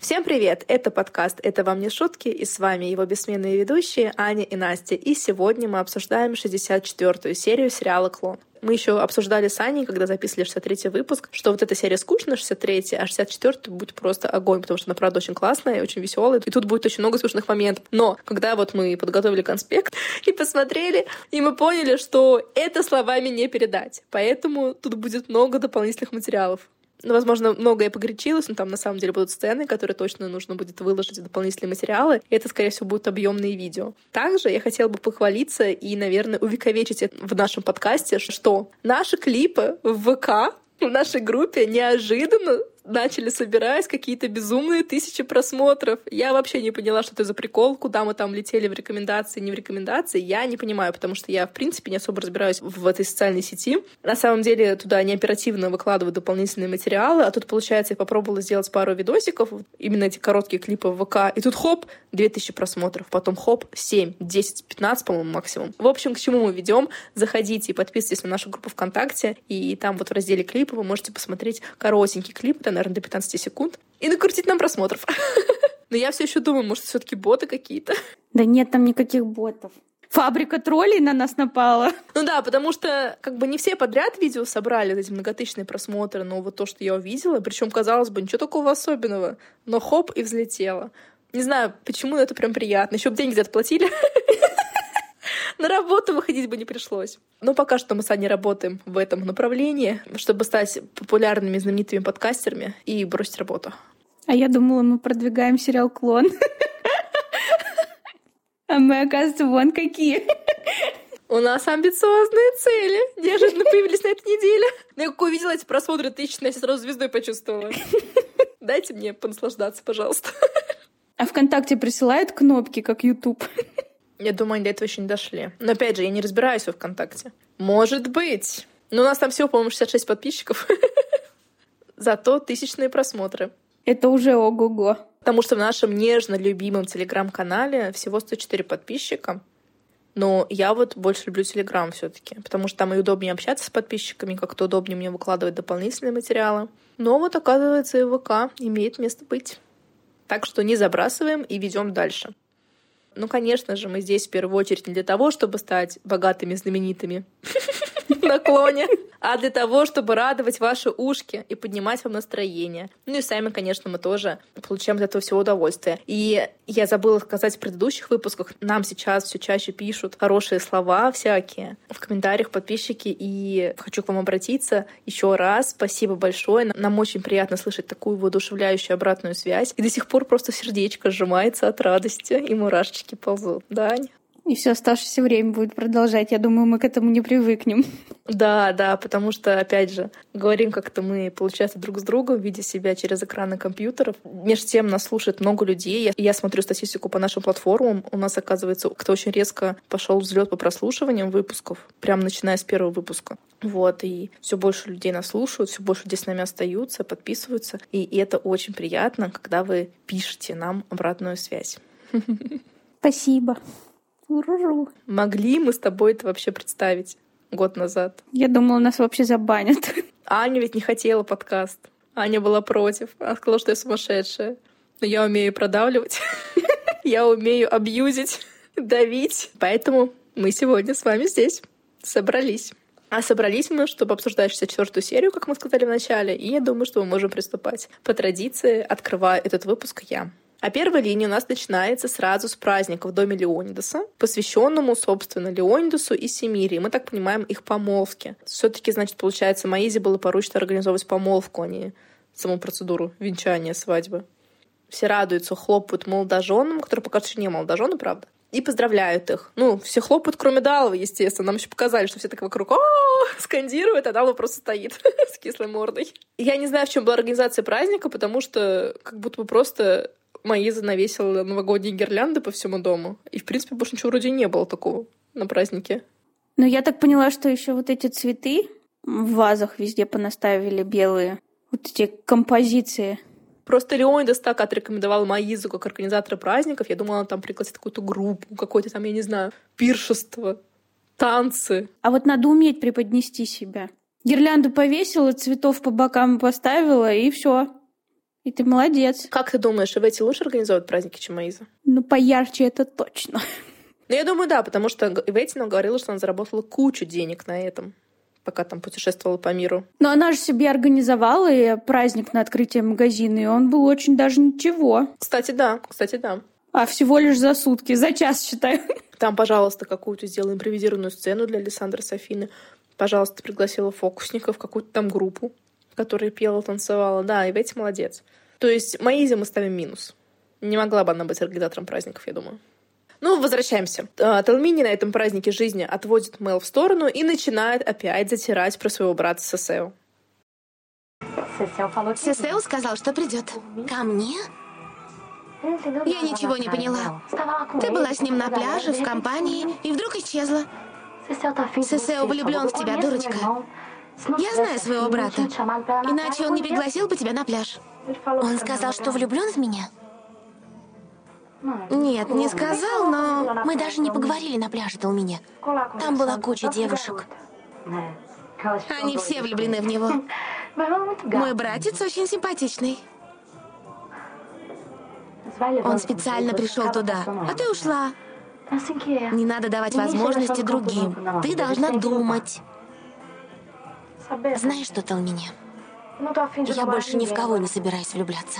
Всем привет! Это подкаст «Это вам не шутки», и с вами его бессменные ведущие Аня и Настя. И сегодня мы обсуждаем 64-ю серию сериала «Клон». Мы еще обсуждали с Аней, когда записывали 63-й выпуск, что вот эта серия скучная, 63-я, а 64-й будет просто огонь, потому что она, правда, очень классная и очень веселая, и тут будет очень много скучных моментов. Но когда вот мы подготовили конспект и посмотрели, и мы поняли, что это словами не передать. Поэтому тут будет много дополнительных материалов. Ну, возможно, многое погорячилось, но там на самом деле будут сцены, которые точно нужно будет выложить в дополнительные материалы, и это, скорее всего, будут объемные видео. Также я хотела бы похвалиться и, наверное, увековечить это в нашем подкасте, что наши клипы в ВК, в нашей группе неожиданно начали собирать какие-то безумные 1000 просмотров. Я вообще не поняла, что это за прикол, куда мы там летели в рекомендации, не в рекомендации. Я не понимаю, потому что я, в принципе, не особо разбираюсь в этой социальной сети. На самом деле, туда не оперативно выкладывают дополнительные материалы, а тут, получается, я попробовала сделать пару видосиков, именно эти короткие клипы в ВК, и тут хоп, 2000 просмотров, потом хоп, 7, 10, 15, по-моему, максимум. В общем, к чему мы ведем? Заходите и подписывайтесь на нашу группу ВКонтакте, и там вот в разделе клипы вы можете посмотреть коротенький клип, это, наверное, до 15 секунд, и накрутить нам просмотров. Но я все еще думаю, может, все-таки боты какие-то. Да нет там никаких ботов. Фабрика троллей на нас напала. Ну да, потому что как бы не все подряд видео собрали эти многотысячные просмотры, но вот то, что я увидела, причем казалось бы, ничего такого особенного, но хоп, и взлетело. Не знаю, почему, но это прям приятно. Еще бы деньги отплатили. На работу выходить бы не пришлось. Но пока что мы с Аней работаем в этом направлении, чтобы стать популярными, знаменитыми подкастерами и бросить работу. А я думала, мы продвигаем сериал «Клон». А мы, оказывается, вон какие. У нас амбициозные цели неожиданно появились на этой неделе. Но я как увидела эти просмотры 1000, я сразу звездой почувствовала. Дайте мне понаслаждаться, пожалуйста. А ВКонтакте присылают кнопки, как YouTube? Я думаю, они до этого еще не дошли. Но опять же, я не разбираюсь во ВКонтакте. Может быть. Но у нас там всего, по-моему, 66 подписчиков. Зато 1000 просмотры. Это уже ого-го. Потому что в нашем нежно любимом Телеграм-канале всего 104 подписчика. Но я вот больше люблю Телеграм все-таки, потому что там и удобнее общаться с подписчиками, как-то удобнее мне выкладывать дополнительные материалы. Но вот, оказывается, и ВК имеет место быть. Так что не забрасываем и ведем дальше. Ну, конечно же, мы здесь в первую очередь не для того, чтобы стать богатыми, знаменитыми на клоне, а для того, чтобы радовать ваши ушки и поднимать вам настроение. Ну и сами, конечно, мы тоже получаем от этого всего удовольствие. И я забыла сказать в предыдущих выпусках, нам сейчас все чаще пишут хорошие слова всякие в комментариях подписчики, и хочу к вам обратиться еще раз. Спасибо большое. Нам очень приятно слышать такую воодушевляющую обратную связь. И до сих пор просто сердечко сжимается от радости, и мурашечки ползут. Да, Ань? И все оставшееся время будет продолжать. Я думаю, мы к этому не привыкнем. Да, потому что, опять же, говорим как-то мы, получается, друг с другом, видя себя через экраны компьютеров. Между тем нас слушает много людей. Я смотрю статистику по нашим платформам. У нас, оказывается, кто очень резко пошел взлет по прослушиваниям выпусков, прям начиная с первого выпуска. Вот, и все больше людей нас слушают, все больше людей с нами остаются, подписываются. И это очень приятно, когда вы пишете нам обратную связь. Спасибо. Уруру. Могли мы с тобой это вообще представить год назад? Я думала, нас вообще забанят. Аня ведь не хотела подкаст. Аня была против. Она сказала, что я сумасшедшая. Но я умею продавливать. Я умею абьюзить, давить. Поэтому мы сегодня с вами здесь собрались. А собрались мы, чтобы обсуждать 64-ю серию, как мы сказали в начале. И я думаю, что мы можем приступать. По традиции открываю этот выпуск я. А первая линия у нас начинается сразу с праздника в доме Леонидаса, посвященному, собственно, Леонидасу и Семире. Мы так понимаем их помолвки. Все-таки, значит, получается, Маизе было поручено организовывать помолвку, а не саму процедуру венчания, свадьбы. Все радуются, хлопают молодоженам, которые пока что не молодожены, правда, и поздравляют их. Ну, все хлопают, кроме Далова, естественно. Нам еще показали, что все так вокруг скандируют, а Далова просто стоит с кислой мордой. Я не знаю, в чем была организация праздника, потому что как будто бы просто Маиза навесила новогодние гирлянды по всему дому. И, в принципе, больше ничего вроде не было такого на празднике. Ну, я так поняла, что еще вот эти цветы в вазах везде понаставили белые. Вот эти композиции. Просто Леонидас так отрекомендовал Маизу как организатора праздников. Я думала, она там пригласит какую-то группу, какое-то там, я не знаю, пиршество, танцы. А вот надо уметь преподнести себя. Гирлянду повесила, цветов по бокам поставила, и все. И ты молодец. Как ты думаешь, Иветти лучше организовывает праздники, чем Маиза? Ну, поярче это точно. Ну, я думаю, да, потому что Иветти нам говорила, что она заработала кучу денег на этом, пока там путешествовала по миру. Но она же себе организовала и праздник на открытие магазина, и он был очень даже ничего. Кстати, да. А всего лишь за сутки, за час, считаю. Там, пожалуйста, какую-то сделала импровизированную сцену для Александры Софины. Пожалуйста, пригласила фокусников, какую-то там группу, которая пела, танцевала. Да, Иветти молодец. То есть Маизе мы ставим минус. Не могла бы она быть организатором праздников, я думаю. Ну, возвращаемся. Телмини на этом празднике жизни отводит Мел в сторону и начинает опять затирать про своего брата Сесео. Сесео сказал, что придет. Ко мне? Я ничего не поняла. Ты была с ним на пляже, в компании, и вдруг исчезла. Сесео влюблен в тебя, дурочка. Я знаю своего брата. Иначе он не пригласил бы тебя на пляж. Он сказал, что влюблен в меня? Нет, не сказал, но... Мы даже не поговорили на пляже, Телмини. Там была куча девушек. Они все влюблены в него. Мой братец очень симпатичный. Он специально пришел туда, а ты ушла. Не надо давать возможности другим. Ты должна думать. Знаешь что, Телмини? Я больше ни в кого не собираюсь влюбляться.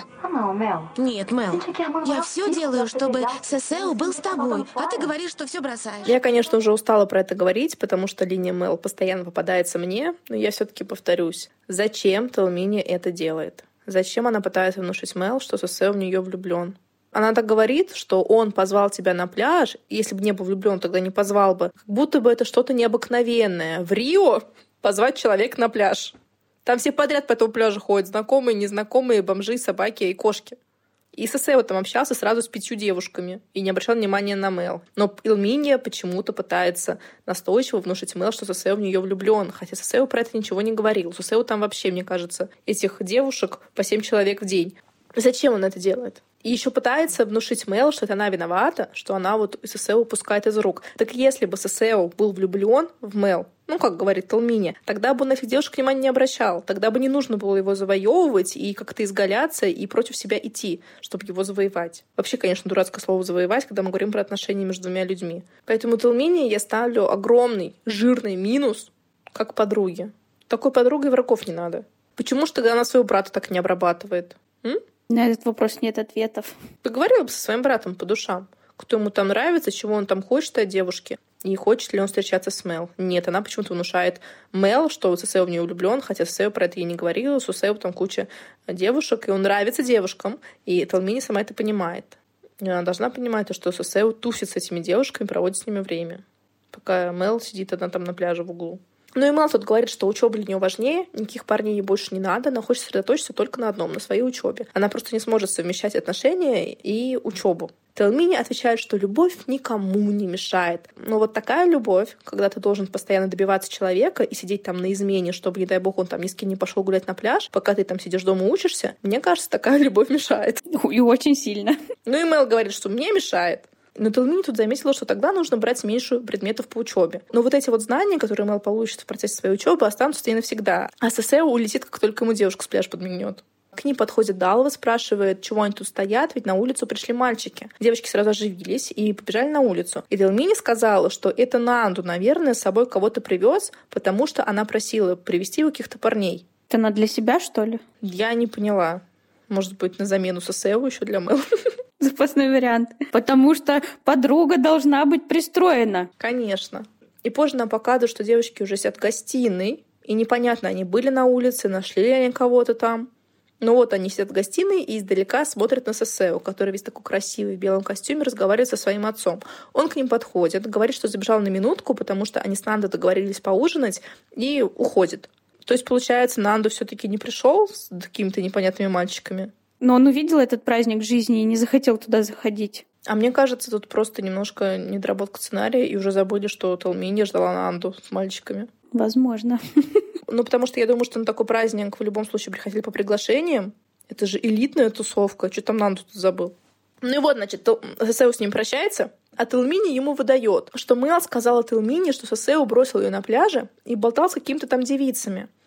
Нет, Мел, я все делаю, чтобы Сесео был с тобой, а ты говоришь, что все бросаешь. Я, конечно, уже устала про это говорить, потому что линия Мел постоянно попадается мне, но я все-таки повторюсь. Зачем Телмини это делает? Зачем она пытается внушить Мел, что Сесео в нее влюблен? Она так говорит, что он позвал тебя на пляж, и если бы не был влюблен, тогда не позвал бы. Как будто бы это что-то необыкновенное. В Рио позвать человека на пляж. Там все подряд по этому пляжу ходят, знакомые, незнакомые, бомжи, собаки и кошки. И Сесео там общался сразу с 5 девушками и не обращал внимания на Мел. Но Телмини почему-то пытается настойчиво внушить Мел, что Сесео в нее влюблен, хотя Сесео про это ничего не говорил. Сесео там вообще, мне кажется, этих девушек по 7 человек в день. Зачем он это делает? И еще пытается внушить Мел, что это она виновата, что она вот Сесео упускает из рук. Так если бы Сесео был влюблен в Мел, ну, как говорит Телмини, тогда бы он на этих девушек внимания не обращал. Тогда бы не нужно было его завоевывать и как-то изгаляться и против себя идти, чтобы его завоевать. Вообще, конечно, дурацкое слово «завоевать», когда мы говорим про отношения между двумя людьми. Поэтому Телмини я ставлю огромный, жирный минус как подруге. Такой подругой врагов не надо. Почему же тогда она своего брата так не обрабатывает? На этот вопрос нет ответов. Поговорила бы со своим братом по душам. Кто ему там нравится, чего он там хочет от девушки, и хочет ли он встречаться с Мел. Нет, она почему-то внушает Мел, что Сесео в нее влюблен, хотя Сесео про это ей не говорила. У Сесео там куча девушек, и он нравится девушкам, и Телмини сама это понимает. И она должна понимать, что Сесео тусит с этими девушками, проводит с ними время, пока Мел сидит одна там на пляже в углу. Ну и Мел тут говорит, что учеба для нее важнее, никаких парней ей больше не надо, она хочет сосредоточиться только на одном, на своей учебе. Она просто не сможет совмещать отношения и учебу. Телмини отвечает, что любовь никому не мешает. Но вот такая любовь, когда ты должен постоянно добиваться человека и сидеть там на измене, чтобы, не дай бог, он там ни с кем не пошел гулять на пляж, пока ты там сидишь дома учишься, мне кажется, такая любовь мешает. И очень сильно. Ну и Мел говорит, что мне мешает. Но Телмини тут заметила, что тогда нужно брать меньше предметов по учебе. Но вот эти вот знания, которые Мел получит в процессе своей учебы, останутся с ней навсегда. А Сесео улетит, как только ему девушка с пляжа подмигнет. К ним подходит Далва, спрашивает, чего они тут стоят, ведь на улицу пришли мальчики. Девочки сразу оживились и побежали на улицу. И Телмини сказала, что это Нанду, наверное, с собой кого-то привез, потому что она просила привезти его каких-то парней. Это она для себя, что ли? Я не поняла. Может быть, на замену Сесео еще для Мел. Запасной вариант. Потому что подруга должна быть пристроена. Конечно. И позже нам показывают, что девочки уже сидят в гостиной, и непонятно, они были на улице, нашли ли они кого-то там. Но вот они сидят в гостиной и издалека смотрят на Сесео, который весь такой красивый в белом костюме, разговаривает со своим отцом. Он к ним подходит, говорит, что забежал на минутку, потому что они с Нандо договорились поужинать, и уходит. То есть, получается, Нандо все-таки не пришел с какими-то непонятными мальчиками. Но он увидел этот праздник жизни и не захотел туда заходить. А мне кажется, тут просто немножко недоработка сценария, и уже забыли, что Телмини ждала Нанду с мальчиками. Возможно. Ну, потому что я думаю, что на такой праздник в любом случае приходили по приглашениям. Это же элитная тусовка. Что там Нанду тут забыл? Ну и вот, значит, Сесео с ним прощается, а Телмини ему выдает, что Мел сказала Телмини, что Сесео бросил ее на пляже и болтал с какими-то там девицами.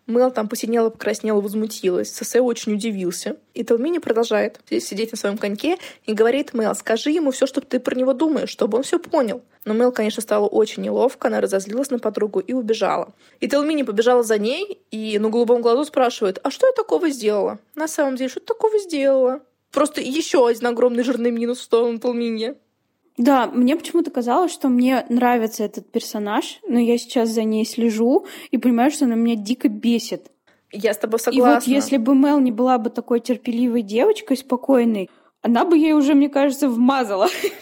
Мэл там посинела, покраснела, возмутилась. Сесео очень удивился. И Телмини продолжает сидеть на своем коньке и говорит: Мэл, скажи ему все, что ты про него думаешь, чтобы он все понял. Но Мэл, конечно, стало очень неловко, она разозлилась на подругу и убежала. И Телмини побежала за ней и на голубом глазу спрашивает: а что я такого сделала? На самом деле, что ты такого сделала? Просто еще один огромный жирный минус в сторону Телмини. Да, мне почему-то казалось, что мне нравится этот персонаж, но я сейчас за ней слежу и понимаю, что она меня дико бесит. Я с тобой согласна. И вот если бы Мэл не была бы такой терпеливой девочкой, спокойной, она бы ей уже, мне кажется, вмазала.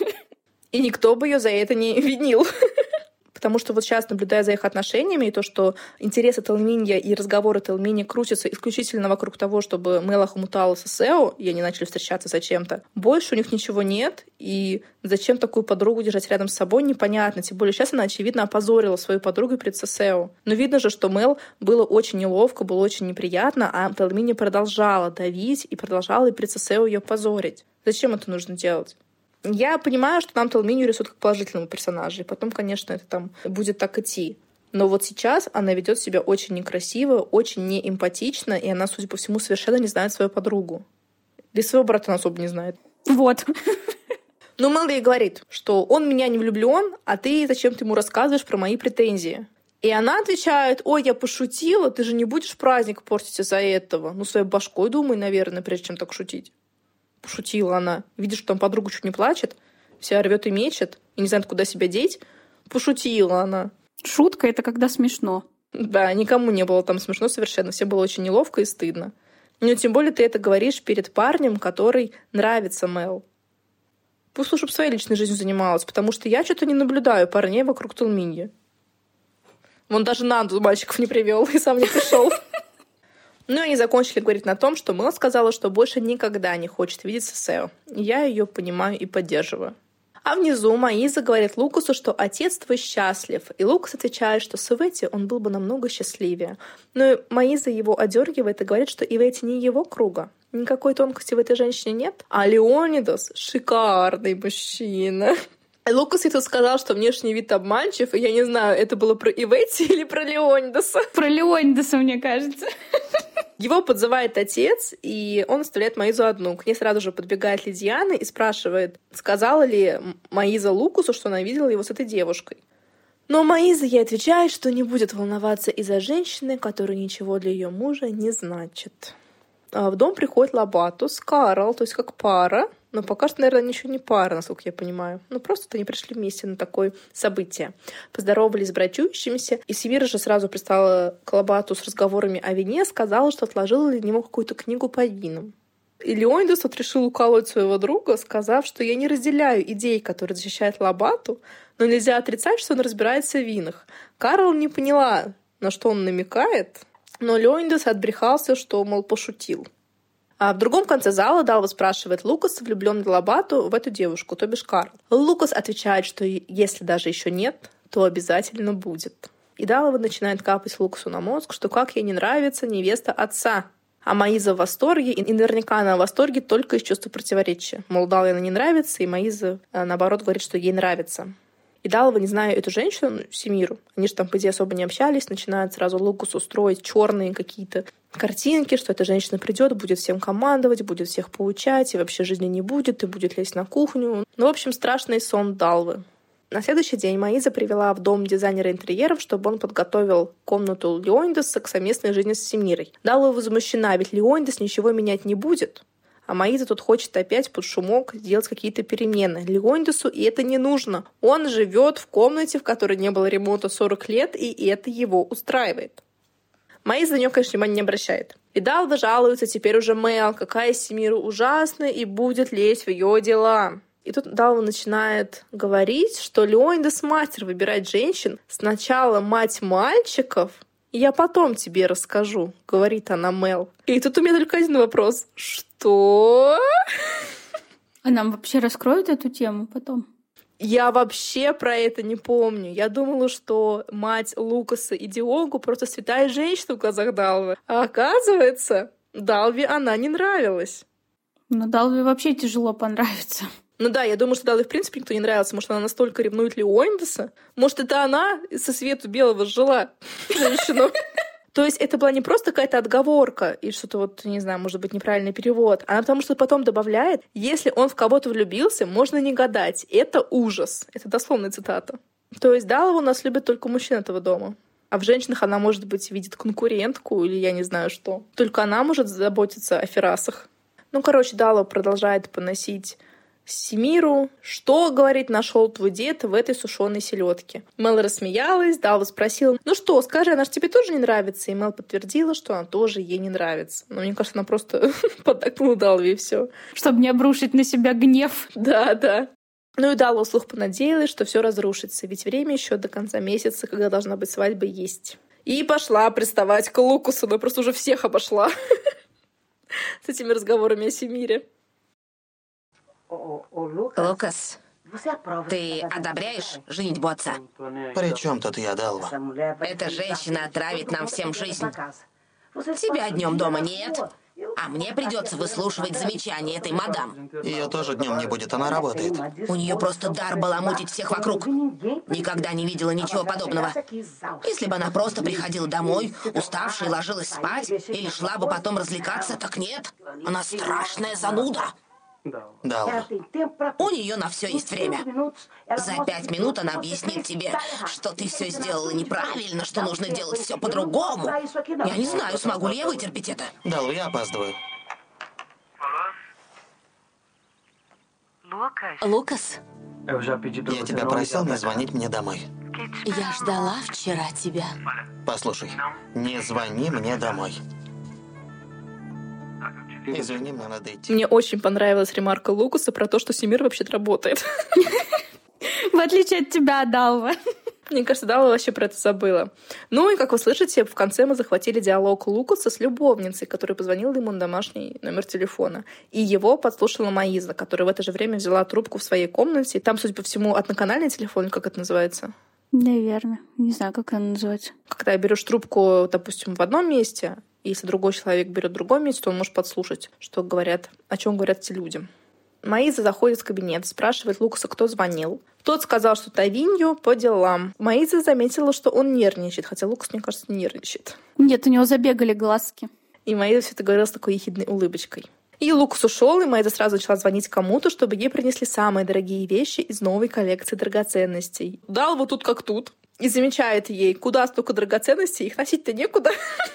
И никто бы ее за это не винил. Потому что вот сейчас, наблюдая за их отношениями, и то, что интересы Телминья и разговоры Телминья крутятся исключительно вокруг того, чтобы Мэл охмутала Сесео, и они начали встречаться зачем-то, больше у них ничего нет, и зачем такую подругу держать рядом с собой, непонятно. Тем более сейчас она, очевидно, опозорила свою подругу перед Сесео. Но видно же, что Мэл было очень неловко, было очень неприятно, а Телминья продолжала давить и продолжала и перед Сесео ее позорить. Зачем это нужно делать? Я понимаю, что нам Телминью рисуют как положительного персонажа, и потом, конечно, это там будет так идти. Но вот сейчас она ведет себя очень некрасиво, очень неэмпатично, и она, судя по всему, совершенно не знает свою подругу. Да и своего брата она особо не знает. Вот. Но Мэл ей говорит, что он в меня не влюблен, а ты зачем-то ему рассказываешь про мои претензии. И она отвечает: ой, я пошутила, ты же не будешь праздник портить из-за этого. Ну, своей башкой думай, наверное, прежде чем так шутить. Пошутила она. Видишь, что там подруга чуть не плачет, вся рвет и мечет, и не знает, куда себя деть. Пошутила она. Шутка — это когда смешно. Да, никому не было там смешно совершенно. Все было очень неловко и стыдно. Но тем более ты это говоришь перед парнем, который нравится Мэл. Пусть лучше бы своей личной жизнью занималась, потому что я что-то не наблюдаю парней вокруг Телминьи. Вон даже Нанду мальчиков не привел и сам не пришел. Ну и они закончили говорить на том, что Мэл сказала, что больше никогда не хочет видеть Сесео. Я ее понимаю и поддерживаю. А внизу Маиза говорит Лукасу, что отец твой счастлив. И Лукас отвечает, что с Ивети он был бы намного счастливее. Но Маиза его одергивает и говорит, что Ивети не его круга. Никакой тонкости в этой женщине нет. А Леонидас — шикарный мужчина. Лукас ей тут сказал, что внешний вид обманчив, и я не знаю, это было про Ивети или про Леонидаса. Про Леонидаса, мне кажется. Его подзывает отец, и он оставляет Маизу одну. К ней сразу же подбегает Лидиана и спрашивает, сказала ли Маиза Лукасу, что она видела его с этой девушкой. Но Маиза ей отвечает, что не будет волноваться из-за женщины, которая ничего для ее мужа не значит. А в дом приходит Лобатус, Карл, то есть как пара. Но пока что, наверное, они еще не пара, насколько я понимаю. Ну, просто они пришли вместе на такое событие. Поздоровались с братьющимися, и Семира же сразу пристала к Лобату с разговорами о вине, сказала, что отложила для него какую-то книгу по винам. И Леонидас вот решил уколоть своего друга, сказав, что я не разделяю идей, которые защищают Лобату, но нельзя отрицать, что он разбирается в винах. Карл не поняла, на что он намекает, но Леонидас отбрехался, что, мол, пошутил. А в другом конце зала Далва спрашивает Лукаса, влюблён ли Лобату в эту девушку, то бишь Карл. Лукас отвечает, что если даже еще нет, то обязательно будет. И Далва начинает капать Лукасу на мозг, что как ей не нравится невеста отца. А Маиза в восторге, и наверняка она в восторге только из чувства противоречия. Мол, Далве она не нравится, и Маиза, наоборот, говорит, что ей нравится. И Далва, не зная эту женщину, Семиру, они же там, по идее, особо не общались, начинают сразу Лукасу строить черные какие-то картинки, что эта женщина придет, будет всем командовать, будет всех поучать, и вообще жизни не будет, и будет лезть на кухню. Ну, в общем, страшный сон Далвы. На следующий день Маиза привела в дом дизайнера интерьеров, чтобы он подготовил комнату Леонидаса к совместной жизни с Семирой. Далва возмущена, ведь Леонидас ничего менять не будет. А Маиза тут хочет опять под шумок сделать какие-то перемены. Леонидасу и это не нужно. Он живет в комнате, в которой не было ремонта 40 лет, и это его устраивает. Маиза на нее, конечно, внимания не обращает. И Далва жалуется теперь уже Мэл, какая Семира ужасная и будет лезть в ее дела. И тут Далва начинает говорить, что Леонидас мастер выбирать женщин. Сначала мать мальчиков, я потом тебе расскажу, говорит она Мэл. И тут у меня только один вопрос. Что? А нам вообще раскроют эту тему потом? Я вообще про это не помню. Я думала, что мать Лукаса и Диогу просто святая женщина в глазах Далвы. А оказывается, Далве она не нравилась. Но Далве вообще тяжело понравиться. Ну да, я думаю, что Далве в принципе никто не нравился. Может, она настолько ревнует Леонидаса? Может, это она со свету белого сжила женщину? То есть это была не просто какая-то отговорка и что-то вот, не знаю, может быть, неправильный перевод, а потому что потом добавляет, если он в кого-то влюбился, можно не гадать. Это ужас. Это дословная цитата. То есть Далова у нас любит только мужчин этого дома. А в женщинах она, может быть, видит конкурентку или я не знаю что. Только она может заботиться о Ферасах. Далова продолжает поносить Семиру. Что, говорит, нашел твой дед в этой сушеной селедке? Мел рассмеялась, Далва спросила, ну что, скажи, она же тебе тоже не нравится? И Мел подтвердила, что она тоже ей не нравится. Но мне кажется, она просто поддакнула Далве и все. Чтобы не обрушить на себя гнев. Да. И Далва вслух понадеялась, что все разрушится, ведь время еще до конца месяца, когда должна быть свадьба, есть. И пошла приставать к Лукасу, но просто уже всех обошла с этими разговорами о Семире. Лукас, ты одобряешь женитьбу отца? При чем тут я, Далва? Эта женщина отравит нам всем жизнь. Тебя днем дома нет, а мне придется выслушивать замечания этой мадам. Ее тоже днем не будет, она работает. У нее просто дар баламутить всех вокруг. Никогда не видела ничего подобного. Если бы она просто приходила домой, уставшая, ложилась спать, или шла бы потом развлекаться, так нет. Она страшная зануда. Далва. У нее на все есть время. За 5 минут она объяснит тебе, что ты все сделала неправильно, что нужно делать все по-другому. Я не знаю, смогу ли я вытерпеть это. Далва, я опаздываю. Лукас, Я тебя просил не звонить мне домой. я ждала вчера тебя. Послушай, не звони мне домой. Извини, мне надо идти. Мне очень понравилась ремарка Лукаса про то, что Семир вообще-то работает. В отличие от тебя, Далва. Мне кажется, Далва вообще про это забыла. И, как вы слышите, в конце мы захватили диалог Лукаса с любовницей, которая позвонила ему на домашний номер телефона. И его подслушала Маиза, которая в это же время взяла трубку в своей комнате. Там, судя по всему, одноканальный телефон, как это называется? Наверное. Не знаю, как она называется. Когда берешь трубку, допустим, в одном месте, и если другой человек берет в другом месте, то он может подслушать, что говорят, о чем говорят эти люди. Маиза заходит в кабинет, спрашивает Лукаса, кто звонил. Тот сказал, что Тавинью по делам. Маиза заметила, что он нервничает, хотя Лукас, мне кажется, не нервничает. Нет, у него забегали глазки. И Маиза все это говорила с такой ехидной улыбочкой. И Лукас ушел, и Маиза сразу начала звонить кому-то, чтобы ей принесли самые дорогие вещи из новой коллекции драгоценностей. Далва тут как тут. И замечает ей, куда столько драгоценностей, их носить-то некуда.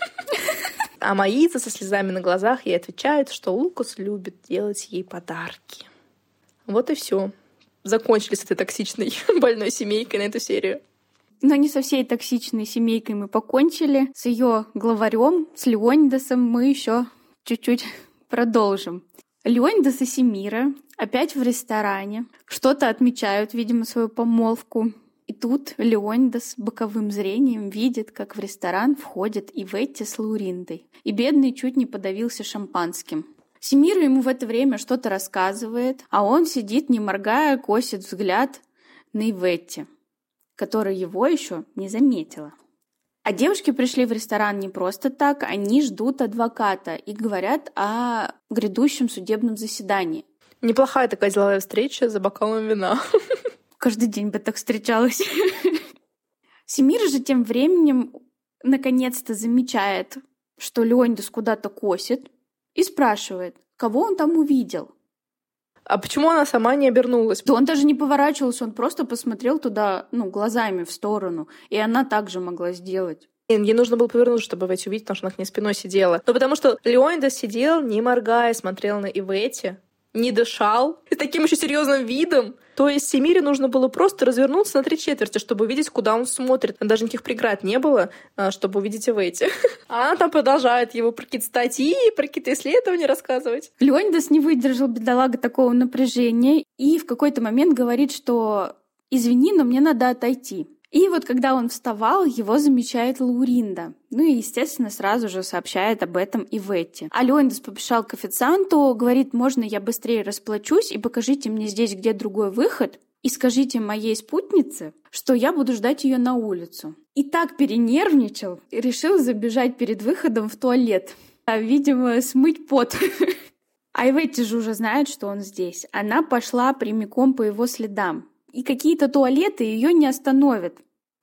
А Маиза со слезами на глазах ей отвечает, что Лукас любит делать ей подарки. Вот и все. Закончили с этой токсичной больной семейкой на эту серию. Но не со всей токсичной семейкой мы покончили. С ее главарем, с Леонидасом, мы еще чуть-чуть продолжим. Леонидас и Семира опять в ресторане. Что-то отмечают, видимо, свою помолвку. И тут Леонидас боковым зрением видит, как в ресторан входит Иветти с Лауриндой. И бедный чуть не подавился шампанским. Семира ему в это время что-то рассказывает, а он сидит, не моргая, косит взгляд на Иветти, которая его еще не заметила. А девушки пришли в ресторан не просто так, они ждут адвоката и говорят о грядущем судебном заседании. Неплохая такая деловая встреча за бокалом вина. Каждый день бы так встречалась. Семира же тем временем наконец-то замечает, что Леонидас куда-то косит, и спрашивает, кого он там увидел. А почему она сама не обернулась? Да он даже не поворачивался, он просто посмотрел туда, глазами в сторону, и она также могла сделать. Ей нужно было повернуться, чтобы Иветти увидеть, потому что она к ней спиной сидела. Но потому что Леонидас сидел, не моргая, смотрел на Иветти, не дышал, и таким еще серьезным видом. То есть Семире нужно было просто развернуться на 3/4, чтобы увидеть, куда он смотрит. Даже никаких преград не было, чтобы увидеть Иветти. А она там продолжает его про какие-то статьи, про какие-то исследования рассказывать. Леонидас не выдержал, бедолага, такого напряжения и в какой-то момент говорит, что «извини, но мне надо отойти». И вот когда он вставал, его замечает Лауринда. И, естественно, сразу же сообщает об этом Иветти. А Леонидас побежал к официанту, говорит, можно я быстрее расплачусь и покажите мне здесь, где другой выход, и скажите моей спутнице, что я буду ждать ее на улицу. И так перенервничал, и решил забежать перед выходом в туалет. Видимо, смыть пот. А Иветти же уже знает, что он здесь. Она пошла прямиком по его следам. И какие-то туалеты ее не остановят.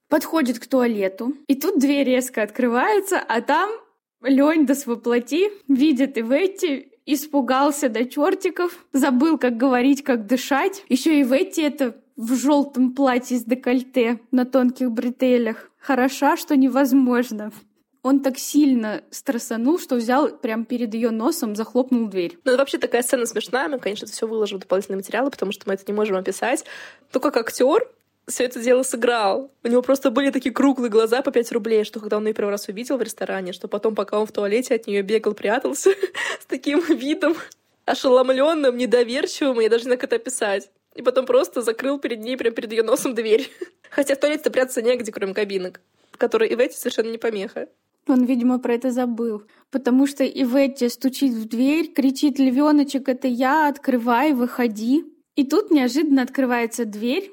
подходит к туалету, и тут дверь резко открывается, а там Леонидас воплоти видит Иветти, испугался до чертиков, забыл, как говорить, как дышать. Еще Иветти это в желтом платье с декольте на тонких бретелях. Хороша, что невозможно. Он так сильно стрессанул, что взял прямо перед ее носом, захлопнул дверь. Ну, вообще такая сцена смешная. Мы, конечно, это все выложим в дополнительные материалы, потому что мы это не можем описать. Но как актер все это дело сыграл. У него просто были такие круглые глаза по 5 рублей, что когда он ее первый раз увидел в ресторане, что потом, пока он в туалете от нее бегал, прятался с таким видом ошеломленным, недоверчивым, я даже не знаю, как это описать. И потом просто закрыл перед ней, прямо перед ее носом дверь. Хотя в туалете-то прятаться негде, кроме кабинок, которые Иветти совершенно не помеха. Он, видимо, про это забыл. Потому что Иветти стучит в дверь, кричит: «Львёночек, это я, открывай, выходи». И тут неожиданно открывается дверь,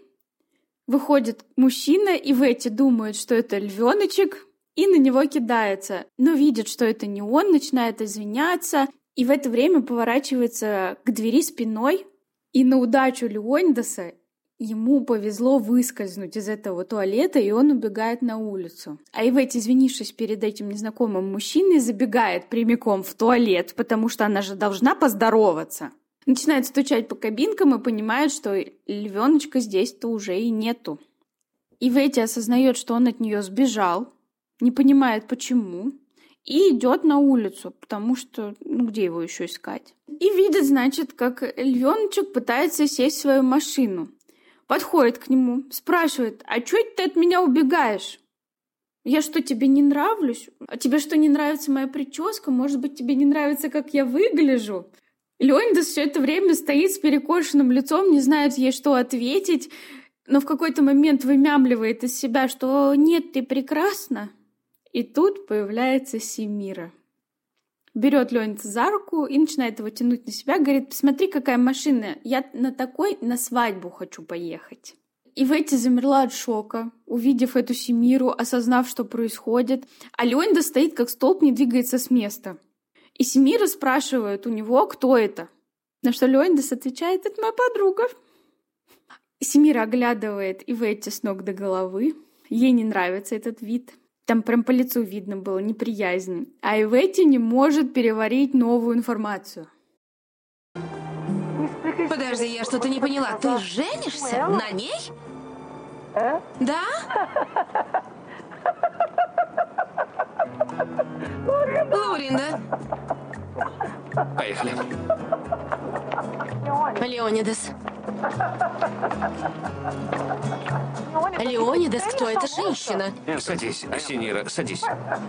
выходит мужчина, Иветти думает, что это львёночек, и на него кидается. Но видит, что это не он, начинает извиняться, и в это время поворачивается к двери спиной, и на удачу Леонидаса ему повезло выскользнуть из этого туалета, и он убегает на улицу. А Иветти, извинившись перед этим незнакомым мужчиной, забегает прямиком в туалет, потому что она же должна поздороваться. Начинает стучать по кабинкам и понимает, что львёночка здесь-то уже и нету. Иветти осознает, что он от нее сбежал, не понимает почему, и идет на улицу, потому что, где его еще искать? И видит, значит, как львёночек пытается сесть в свою машину. Подходит к нему, спрашивает: «А чё ты от меня убегаешь? Я что, тебе не нравлюсь? А тебе что, не нравится моя прическа? Может быть, тебе не нравится, как я выгляжу?» Леонидас все это время стоит с перекошенным лицом, не знает ей, что ответить, но в какой-то момент вымямливает из себя, что «нет, ты прекрасна». И тут появляется Семира. Берет Леонидаса за руку и начинает его тянуть на себя, говорит: «Посмотри, какая машина, я на такой на свадьбу хочу поехать». Иветти замерла от шока, увидев эту Семиру, осознав, что происходит, а Леонидас стоит как столб, не двигается с места. И Семира спрашивает у него, кто это. На что Леонидас отвечает: «Это моя подруга». Семира оглядывает Иветти с ног до головы. Ей не нравится этот вид. Там прям по лицу видно было неприязнь. А Иветти не может переварить новую информацию. Подожди, я что-то не поняла. Ты женишься на ней? Да? Лоринда. Поехали. Леонидас. Леонидас, кто эта женщина? Садись, Синира, садись.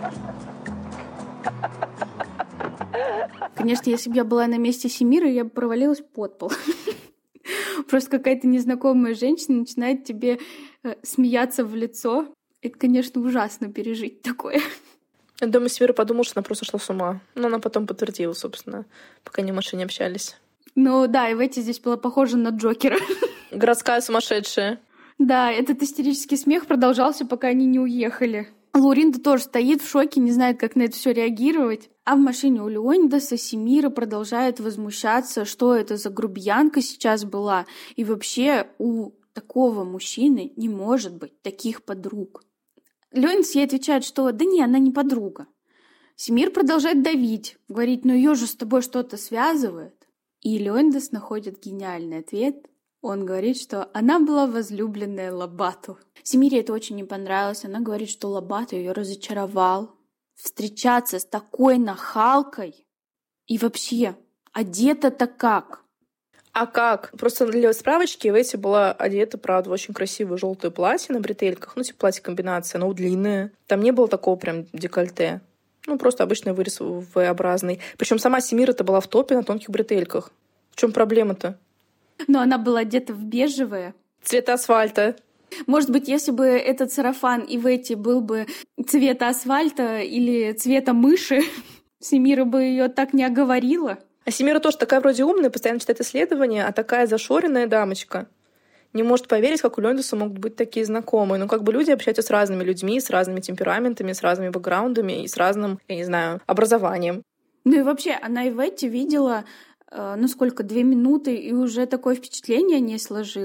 Конечно, если бы я была на месте Семиры, я бы провалилась под пол. Просто какая-то незнакомая женщина начинает тебе смеяться в лицо. Это, конечно, ужасно пережить такое. Я думаю, Семира подумала, что она просто шла с ума. Но она потом подтвердила, собственно, пока они в машине общались. Ну да, Иветти здесь была похожа на Джокера. Городская сумасшедшая. Да, этот истерический смех продолжался, пока они не уехали. Лоринда тоже стоит в шоке, не знает, как на это все реагировать. А в машине у Леонидаса Семира продолжает возмущаться, что это за грубиянка сейчас была. И вообще у такого мужчины не может быть таких подруг. Леонидас ей отвечает, что да не, она не подруга. Семир продолжает давить, говорит: «Ну ее же с тобой что-то связывает». И Леонидас находит гениальный ответ. Он говорит, что она была возлюбленная Лобату. Семире это очень не понравилось. Она говорит, что Лобату ее разочаровал. Встречаться с такой нахалкой и вообще одета-то как? А как? Просто для справочки Иветти была одета, правда, в очень красивое желтое платье на бретельках. Ну, типа платье-комбинация, оно длинное. Там не было такого прям декольте. Ну, просто обычный вырез V-образный. Причем сама Семира-то была в топе на тонких бретельках. В чем проблема-то? Но она была одета в бежевое. Цвета асфальта. Может быть, если бы этот сарафан Иветти был бы цвета асфальта или цвета мыши, Семира бы ее так не оговорила. А Семира тоже такая вроде умная, постоянно читает исследования, а такая зашоренная дамочка. Не может поверить, как у Леонидаса могут быть такие знакомые. Ну, как бы люди общаются с разными людьми, с разными темпераментами, с разными бэкграундами и с разным, я не знаю, образованием. Ну и вообще, она Иветти видела, 2 минуты, и уже такое впечатление о ней сложила.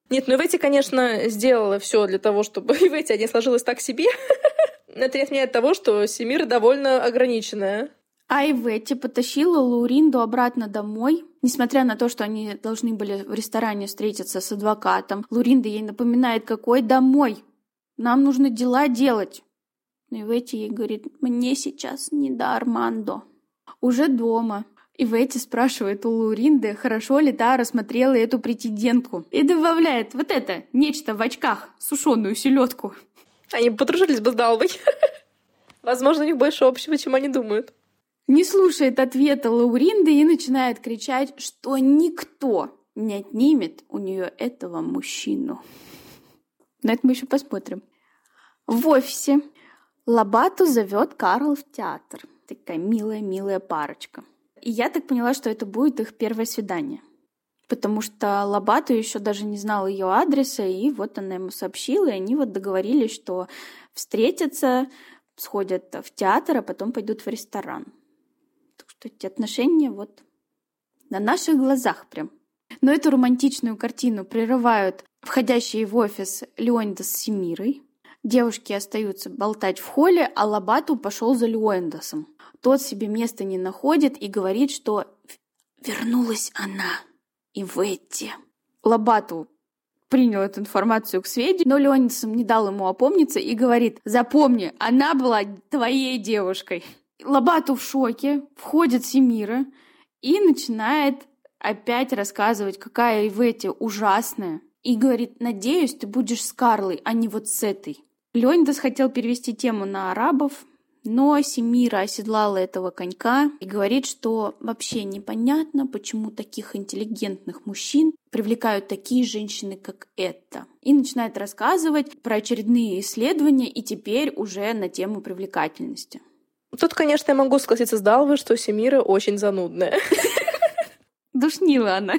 Нет, ну Иветти, конечно, сделала все для того, чтобы Иветти не сложилось так себе. Это не отменяет того, что Семира довольно ограниченная. А Иветти потащила Лауринду обратно домой. Несмотря на то, что они должны были в ресторане встретиться с адвокатом, Лауринда ей напоминает, какой домой. Нам нужно дела делать. Но Иветти ей говорит, мне сейчас не до Армандо. Уже дома. Иветти спрашивает у Лауринды, хорошо ли та рассмотрела эту претендентку. И добавляет вот это, нечто в очках, сушеную селедку. Они подружились бы с Далвой. Возможно, у них больше общего, чем они думают. Не слушает ответа Лауринды и начинает кричать, что никто не отнимет у нее этого мужчину. На это мы еще посмотрим. В офисе Лобату зовет Карл в театр. Такая милая парочка. И я так поняла, что это будет их первое свидание. Потому что Лобату еще даже не знал ее адреса, и вот она ему сообщила, и они вот договорились, что встретятся, сходят в театр, а потом пойдут в ресторан. Так что эти отношения вот на наших глазах прям. Но эту романтичную картину прерывают входящие в офис Леонидас с Семирой. Девушки остаются болтать в холле, а Лобату пошел за Леонидасом. Тот себе места не находит и говорит, что вернулась она, Иветти. Лобату принял эту информацию к сведению, но Леонидасом не дал ему опомниться и говорит, запомни, она была твоей девушкой. Лобату в шоке, входит Семира и начинает опять рассказывать, какая Иветти ужасная. И говорит, надеюсь, ты будешь с Карлой, а не вот с этой. Леонидас хотел перевести тему на арабов, но Семира оседлала этого конька и говорит, что вообще непонятно, почему таких интеллигентных мужчин привлекают такие женщины, как эта. И начинает рассказывать про очередные исследования и теперь уже на тему привлекательности. Тут, конечно, я могу согласиться с Далвой, что Семира очень занудная. Душнила она.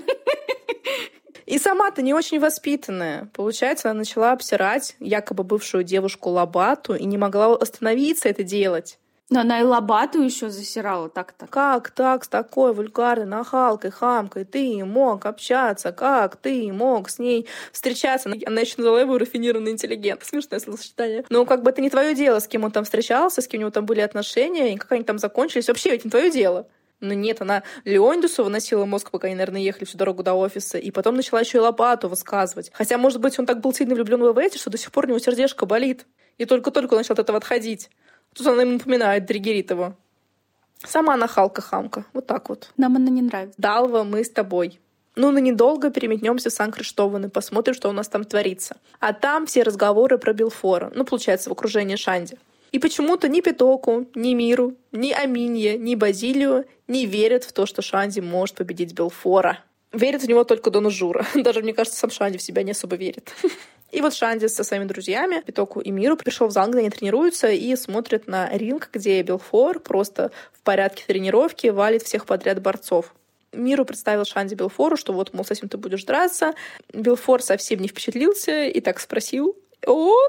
И сама-то не очень воспитанная. Получается, она начала обсирать якобы бывшую девушку Лобату и не могла остановиться это делать. Но она и Лобату еще засирала так-то. Как так с такой вульгарной нахалкой, хамкой ты мог общаться? Как ты мог с ней встречаться? Она еще назвала его рафинированный интеллигент. Смешное словосочетание. Но как бы это не твое дело, с кем он там встречался, с кем у него там были отношения, и как они там закончились. Вообще, это не твое дело. Но нет, она Леонидасу выносила мозг, пока они, наверное, ехали всю дорогу до офиса, и потом начала еще и Лобату высказывать. Хотя, может быть, он так был сильно влюблен в Иветти, что до сих пор у него сердечко болит. И только-только он начал от этого отходить. Тут она ему напоминает, триггерит его. Сама нахалка-хамка. Вот так вот. Нам она не нравится. Далва, мы с тобой. Ну, на недолго переметнемся в Сан-Криштован и посмотрим, что у нас там творится. А там все разговоры про Белфора. Ну, получается, в окружении Шанди. И почему-то ни Питоку, ни Миру, ни Аминья, ни Базилио не верят в то, что Шанди может победить Белфора. Верит в него только Дона Жура. Даже, мне кажется, сам Шанди в себя не особо верит. И вот Шанди со своими друзьями, Питоку и Миру, пришел в зал, где они тренируются и смотрят на ринг, где Белфор просто в порядке тренировки валит всех подряд борцов. Миру представил Шанди Белфору, что вот, мол, с этим ты будешь драться. Белфор совсем не впечатлился и так спросил: «Он?»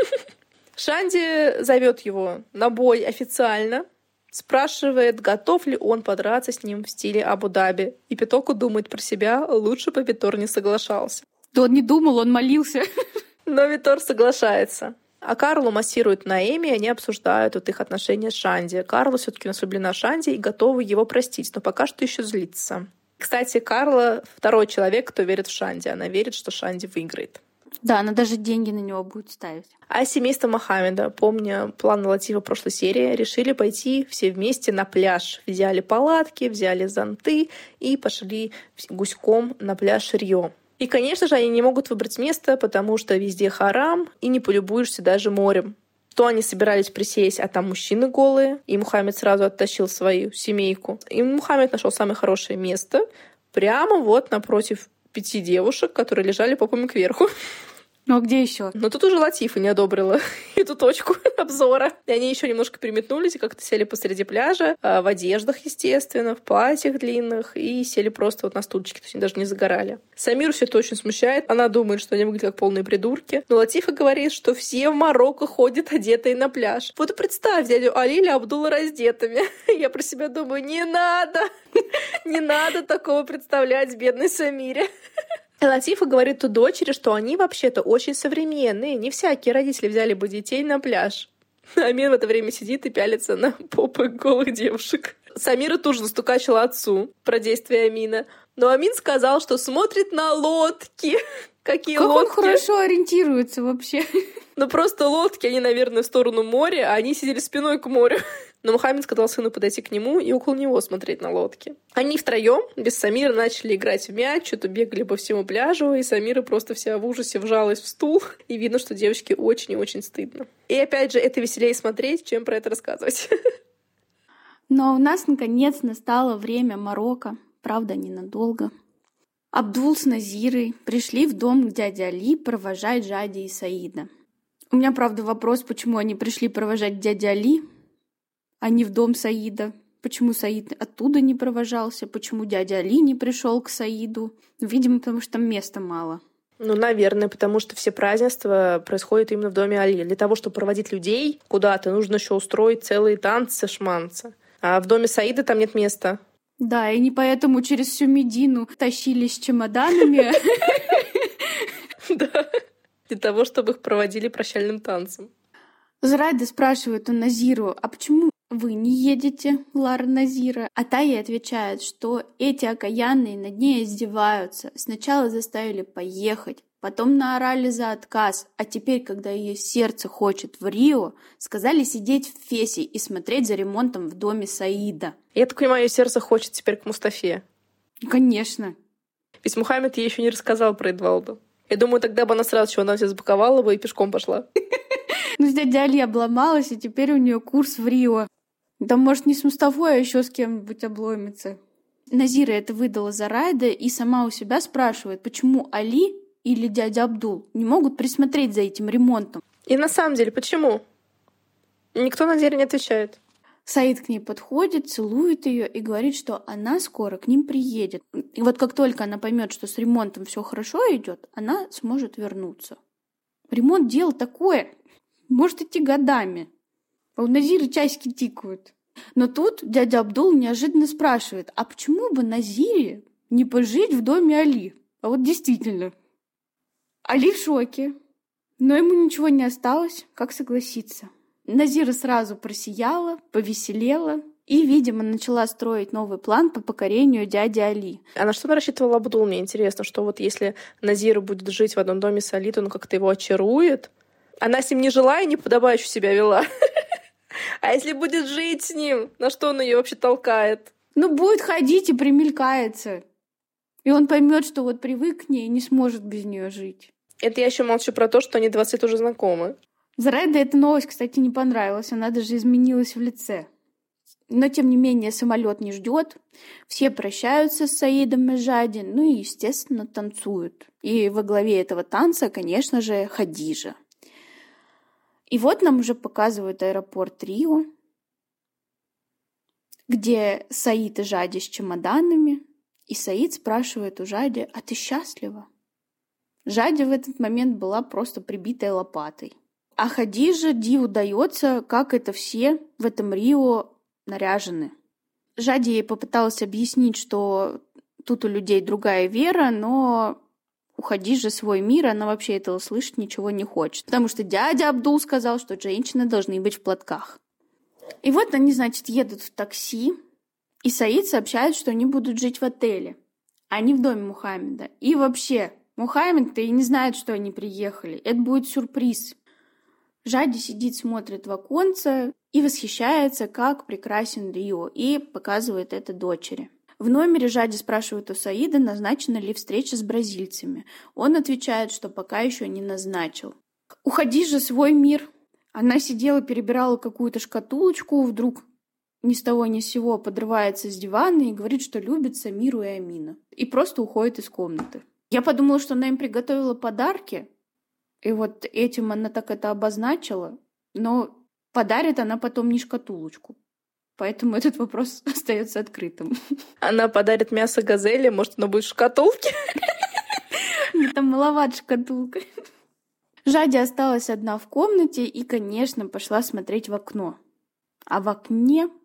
Шанди зовет его на бой официально, спрашивает, готов ли он подраться с ним в стиле Абу-Даби. И Питоку думает про себя, лучше бы Витор не соглашался. Да он не думал, он молился. Но Витор соглашается. А Карлу массирует Наэми, и они обсуждают вот их отношения с Шанди. Карла все-таки влюблена в Шанди и готова его простить, но пока что еще злится. Кстати, Карла второй человек, кто верит в Шанди. Она верит, что Шанди выиграет. Да, она даже деньги на него будет ставить. А семейство Мохаммеда, помня план Латифа прошлой серии, решили пойти все вместе на пляж. Взяли палатки, взяли зонты и пошли гуськом на пляж Рио. И, конечно же, они не могут выбрать место, потому что везде харам, и не полюбуешься даже морем. То они собирались присесть, а там мужчины голые, и Мухаммед сразу оттащил свою семейку. И Мухаммед нашел самое хорошее место, прямо вот напротив 5 девушек, которые лежали попами кверху. Ну а где еще? Но тут уже Латифа не одобрила эту точку обзора. И они еще немножко переметнулись и как-то сели посреди пляжа, в одеждах, естественно, в платьях длинных, и сели просто вот на стульчики, то есть они даже не загорали. Самиру все это очень смущает. Она думает, что они выглядят как полные придурки. Но Латифа говорит, что все в Марокко ходят одетые на пляж. Вот представь дядю Али или Абдулла раздетыми. Я про себя думаю, не надо! Не надо такого представлять бедной Самире. И Латифа говорит у дочери, что они вообще-то очень современные, не всякие родители взяли бы детей на пляж. Амин в это время сидит и пялится на попы голых девушек. Самира тут же настукачила отцу про действия Амина. Но Амин сказал, что смотрит на лодки. Какие как лодки? Он хорошо ориентируется вообще. Ну просто лодки, они, наверное, в сторону моря, а они сидели спиной к морю. Но Мухаммед сказал сыну подойти к нему и около него смотреть на лодки. Они втроем без Самира начали играть в мяч, что-то бегали по всему пляжу, и Самира просто вся в ужасе вжалась в стул. И видно, что девочке очень и очень стыдно. И опять же, это веселее смотреть, чем про это рассказывать. Но у нас, наконец, настало время Марокко. Правда, ненадолго. Абдул с Назирой пришли в дом к дяде Али провожать Жади и Саида. У меня, правда, вопрос, почему они пришли провожать дядю Али, а не в дом Саида. Почему Саид оттуда не провожался, почему дядя Али не пришел к Саиду. Видимо, потому что там места мало. Ну, наверное, потому что все празднества происходят именно в доме Али. Для того, чтобы проводить людей куда-то, нужно еще устроить целые танцы-шманцы. А в доме Саида там нет места. Да, и не поэтому через всю Медину тащились с чемоданами. Да, для того, чтобы их проводили прощальным танцем. Зурайда спрашивает у Назиру, а почему вы не едете, Лара Назира? А та ей отвечает, что эти окаянные над ней издеваются. Сначала заставили поехать, потом наорали за отказ, а теперь, когда ее сердце хочет в Рио, сказали сидеть в Фесе и смотреть за ремонтом в доме Саида. Я так понимаю, ее сердце хочет теперь к Мустафе. Конечно. Ведь Мухаммед ей еще не рассказал про Эдвалду. Я думаю, тогда бы она сразу чемодан запаковала бы и пешком пошла. Ну, дядя Али обломалась, и теперь у нее курс в Рио. Да, может, не с Мустафой, а еще с кем-нибудь обломится. Назира это выдала Зурайда и сама у себя спрашивает, почему Али или дядя Абдул не могут присмотреть за этим ремонтом. И на самом деле, почему? Никто Назире не отвечает. Саид к ней подходит, целует ее и говорит, что она скоро к ним приедет. И вот как только она поймет, что с ремонтом все хорошо идет, она сможет вернуться. Ремонт дело такое, может идти годами. А у Назиры часики тикают. Но тут дядя Абдул неожиданно спрашивает, а почему бы Назире не пожить в доме Али? А вот действительно. Али в шоке, но ему ничего не осталось, как согласиться. Назира сразу просияла, повеселела и, видимо, начала строить новый план по покорению дяди Али. А на что она рассчитывала Абдул? Мне интересно, что вот если Назира будет жить в одном доме с Али, то он как-то его очарует. Она с ним не жила и неподобающе себя вела. А если будет жить с ним, на что он ее вообще толкает? Ну, будет ходить и примелькается. И он поймет, что вот привык к ней и не сможет без нее жить. Это я еще молчу про то, что они 20 лет уже знакомы. Зурайда эта новость, кстати, не понравилась. Она даже изменилась в лице. Но, тем не менее, самолет не ждет. Все прощаются с Саидом и Жади, ну и, естественно, танцуют. И во главе этого танца, конечно же, Хадижа. И вот нам уже показывают аэропорт Рио, где Саид и Жади с чемоданами. И Саид спрашивает у Жади, а ты счастлива? Жади в этот момент была просто прибитая лопатой. А Хадиже диву дается, как это все в этом Рио наряжены. Жади ей попыталась объяснить, что тут у людей другая вера, но у Хадижи свой мир, она вообще этого слышать ничего не хочет. Потому что дядя Абдул сказал, что женщины должны быть в платках. И вот они, значит, едут в такси, и Саид сообщает, что они будут жить в отеле, а не в доме Мухаммеда. И вообще, Мухаммед-то и не знает, что они приехали. Это будет сюрприз. Жади сидит, смотрит в оконце и восхищается, как прекрасен Рио, и показывает это дочери. В номере Жади спрашивает у Саида, назначена ли встреча с бразильцами. Он отвечает, что пока еще не назначил. У Хадижи свой мир. Она сидела, перебирала какую-то шкатулочку, вдруг ни с того ни с сего подрывается с дивана и говорит, что любит Самиру и Амина. И просто уходит из комнаты. Я подумала, что она им приготовила подарки, и вот этим она так это обозначила, но подарит она потом не шкатулочку. Поэтому этот вопрос остается открытым. Она подарит мясо газели, может, оно будет в шкатулке? Там маловато шкатулка. Жади осталась одна в комнате и, конечно, пошла смотреть в окно. А в окне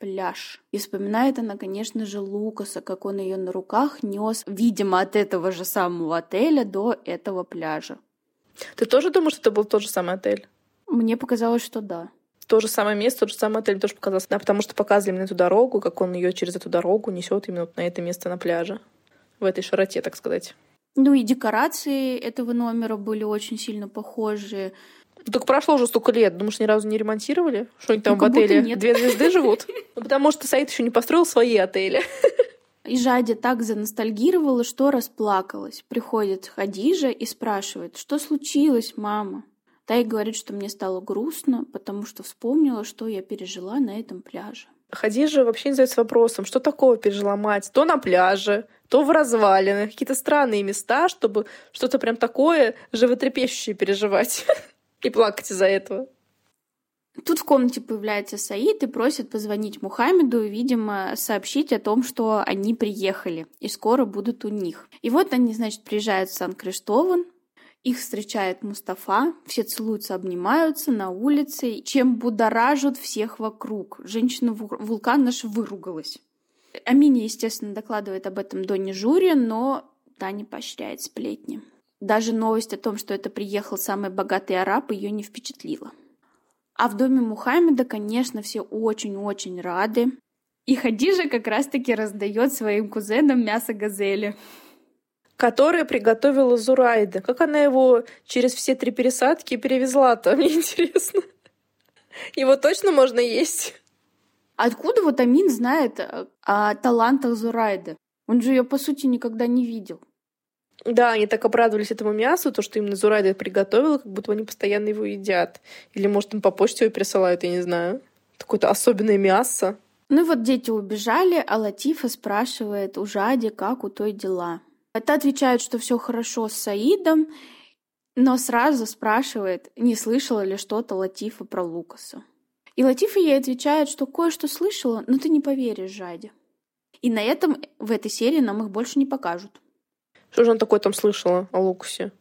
пляж. И вспоминает она, конечно же, Лукаса, как он ее на руках нес, видимо, от этого же самого отеля до этого пляжа. Ты тоже думаешь, что это был тот же самый отель? Мне показалось, что да. То же самое место, тот же самый отель тоже показалось. Да, потому что показывали именно эту дорогу, как он ее через эту дорогу несет именно вот на это место на пляже. В этой широте, так сказать. Ну и декорации этого номера были очень сильно похожи. Так прошло уже столько лет. Думаешь, ни разу не ремонтировали? Что они там в отеле 2 звезды живут? Ну, потому что Саид еще не построил свои отели. И Жадя так заностальгировала, что расплакалась. Приходит Хадижа и спрашивает, что случилось, мама? Та ей говорит, что мне стало грустно, потому что вспомнила, что я пережила на этом пляже. Хадижа вообще не задается вопросом, что такого пережила мать? То на пляже, то в развалинах. Какие-то странные места, чтобы что-то прям такое животрепещущее переживать. И плакать из-за этого. Тут в комнате появляется Саид и просит позвонить Мухаммеду и, видимо, сообщить о том, что они приехали и скоро будут у них. И вот они, значит, приезжают в Сан-Криштован, их встречает Мустафа, все целуются, обнимаются на улице, чем будоражат всех вокруг. Женщина-вулкан наша выругалась. Амине, естественно, докладывает об этом Доне Журе, но та не поощряет сплетни. Даже новость о том, что это приехал самый богатый араб, ее не впечатлила. А в доме Мухаммеда, конечно, все очень-очень рады. И Хадижа как раз-таки раздает своим кузенам мясо газели. Которое приготовила Зурайда. Как она его через все 3 пересадки перевезла-то, мне интересно. Его точно можно есть? Откуда вот Амин знает о талантах Зурайды? Он же ее, по сути, никогда не видел. Да, они так обрадовались этому мясу, то, что именно Зурайда приготовила, как будто они постоянно его едят. Или, может, им по почте его присылают, я не знаю. Какое-то особенное мясо. Ну и вот дети убежали, а Латифа спрашивает у Жади, как у той дела. Та отвечает, что все хорошо с Саидом, но сразу спрашивает, не слышала ли что-то Латифа про Лукаса. И Латифа ей отвечает, что кое-что слышала, но ты не поверишь, Жаде. И на этом в этой серии нам их больше не покажут. Что же она такое там слышала о Лукасе?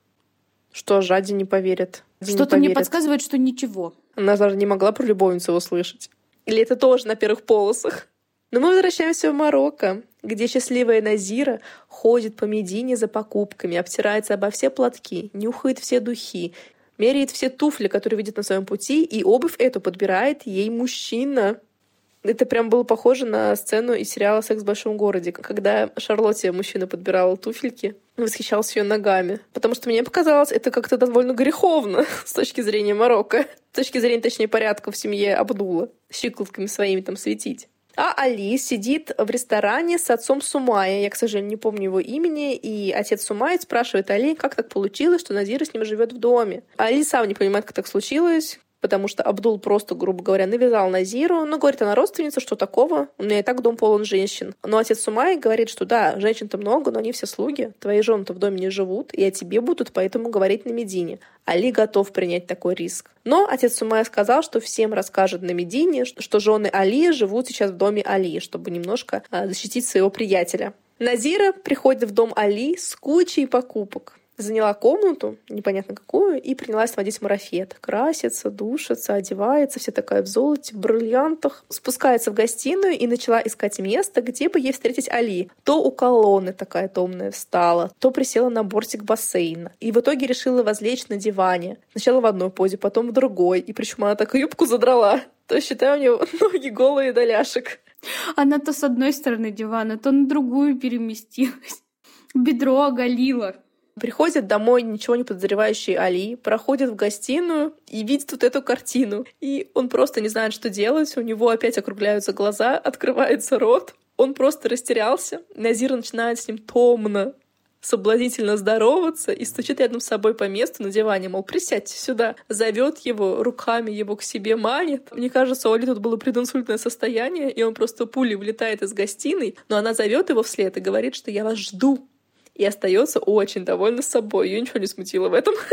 Что Жади не поверит? Что-то мне подсказывает, что ничего. Она даже не могла про любовницу его слышать. Или это тоже на первых полосах? Но мы возвращаемся в Марокко, где счастливая Назира ходит по Медине за покупками, обтирается обо все платки, нюхает все духи, меряет все туфли, которые видит на своем пути, и обувь эту подбирает ей мужчина. Это прям было похоже на сцену из сериала «Секс в большом городе», когда Шарлотте мужчина подбирал туфельки, восхищался ее ногами. Потому что мне показалось, это как-то довольно греховно с точки зрения Марокко, с точки зрения, точнее, порядка в семье Абдула, щиколотками своими там светить. А Али сидит в ресторане с отцом Сумая. Я, к сожалению, не помню его имени. И отец Сумай спрашивает Али, как так получилось, что Назира с ним живет в доме. Али сам не понимает, как так случилось, потому что Абдул просто, грубо говоря, навязал Назиру. Ну, говорит, она родственница, что такого? У меня и так дом полон женщин. Но отец Сумай говорит, что да, женщин-то много, но они все слуги. Твои жены-то в доме не живут, и о тебе будут поэтому говорить на Медине. Али готов принять такой риск. Но отец Сумая сказал, что всем расскажет на Медине, что жены Али живут сейчас в доме Али, чтобы немножко защитить своего приятеля. Назира приходит в дом Али с кучей покупок. Заняла комнату, непонятно какую, и принялась водить марафет. Красится, душится, одевается, вся такая в золоте, в бриллиантах. Спускается в гостиную и начала искать место, где бы ей встретить Али. То у колонны такая томная встала, то присела на бортик бассейна. И в итоге решила возлечь на диване. Сначала в одной позе, потом в другой. И причем она так юбку задрала. То, считай, у нее ноги голые до ляшек. Она то с одной стороны дивана, то на другую переместилась. Бедро оголила. Приходит домой ничего не подозревающий Али, проходит в гостиную и видит вот эту картину. И он просто не знает, что делать. У него опять округляются глаза, открывается рот. Он просто растерялся. Назира начинает с ним томно, соблазнительно здороваться и стучит рядом с собой по месту на диване, мол, присядьте сюда. Зовет его, руками его к себе манит. Мне кажется, у Али тут было прединсультное состояние, и он просто пулей вылетает из гостиной, но она зовет его вслед и говорит, что я вас жду. И остается очень довольна собой. Ее ничего не смутило в этом.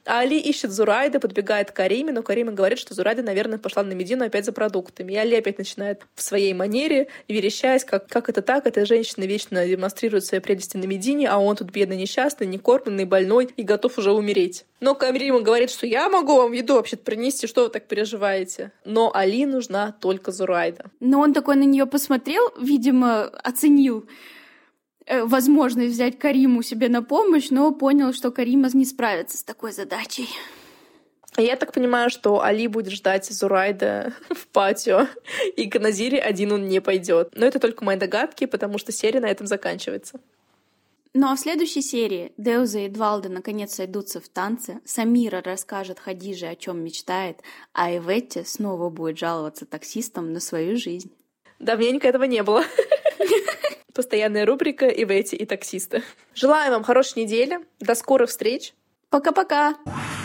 А Али ищет Зурайда, подбегает к Кариме, но Карима говорит, что Зурайда, наверное, пошла на Медину опять за продуктами. И Али опять начинает в своей манере, верещаясь, как это так, эта женщина вечно демонстрирует свои прелести на Медине, а он тут бедный, несчастный, некормленный, больной и готов уже умереть. Но Карима говорит, что я могу вам еду вообще-то принести, что вы так переживаете? Но Али нужна только Зурайда. Но он такой на нее посмотрел, видимо, оценил возможность взять Кариму себе на помощь, но понял, что Карима не справится с такой задачей. Я так понимаю, что Али будет ждать Зурайда в патио, и к Назире один он не пойдет. Но это только мои догадки, потому что серия на этом заканчивается. Ну а в следующей серии Деуза и Эдвалда наконец сойдутся в танце, Самира расскажет Хадиже, о чем мечтает, а Иветте снова будет жаловаться таксистам на свою жизнь. Давненько этого не было. Постоянная рубрика «Иветте и таксисты». Желаю вам хорошей недели. До скорых встреч. Пока-пока!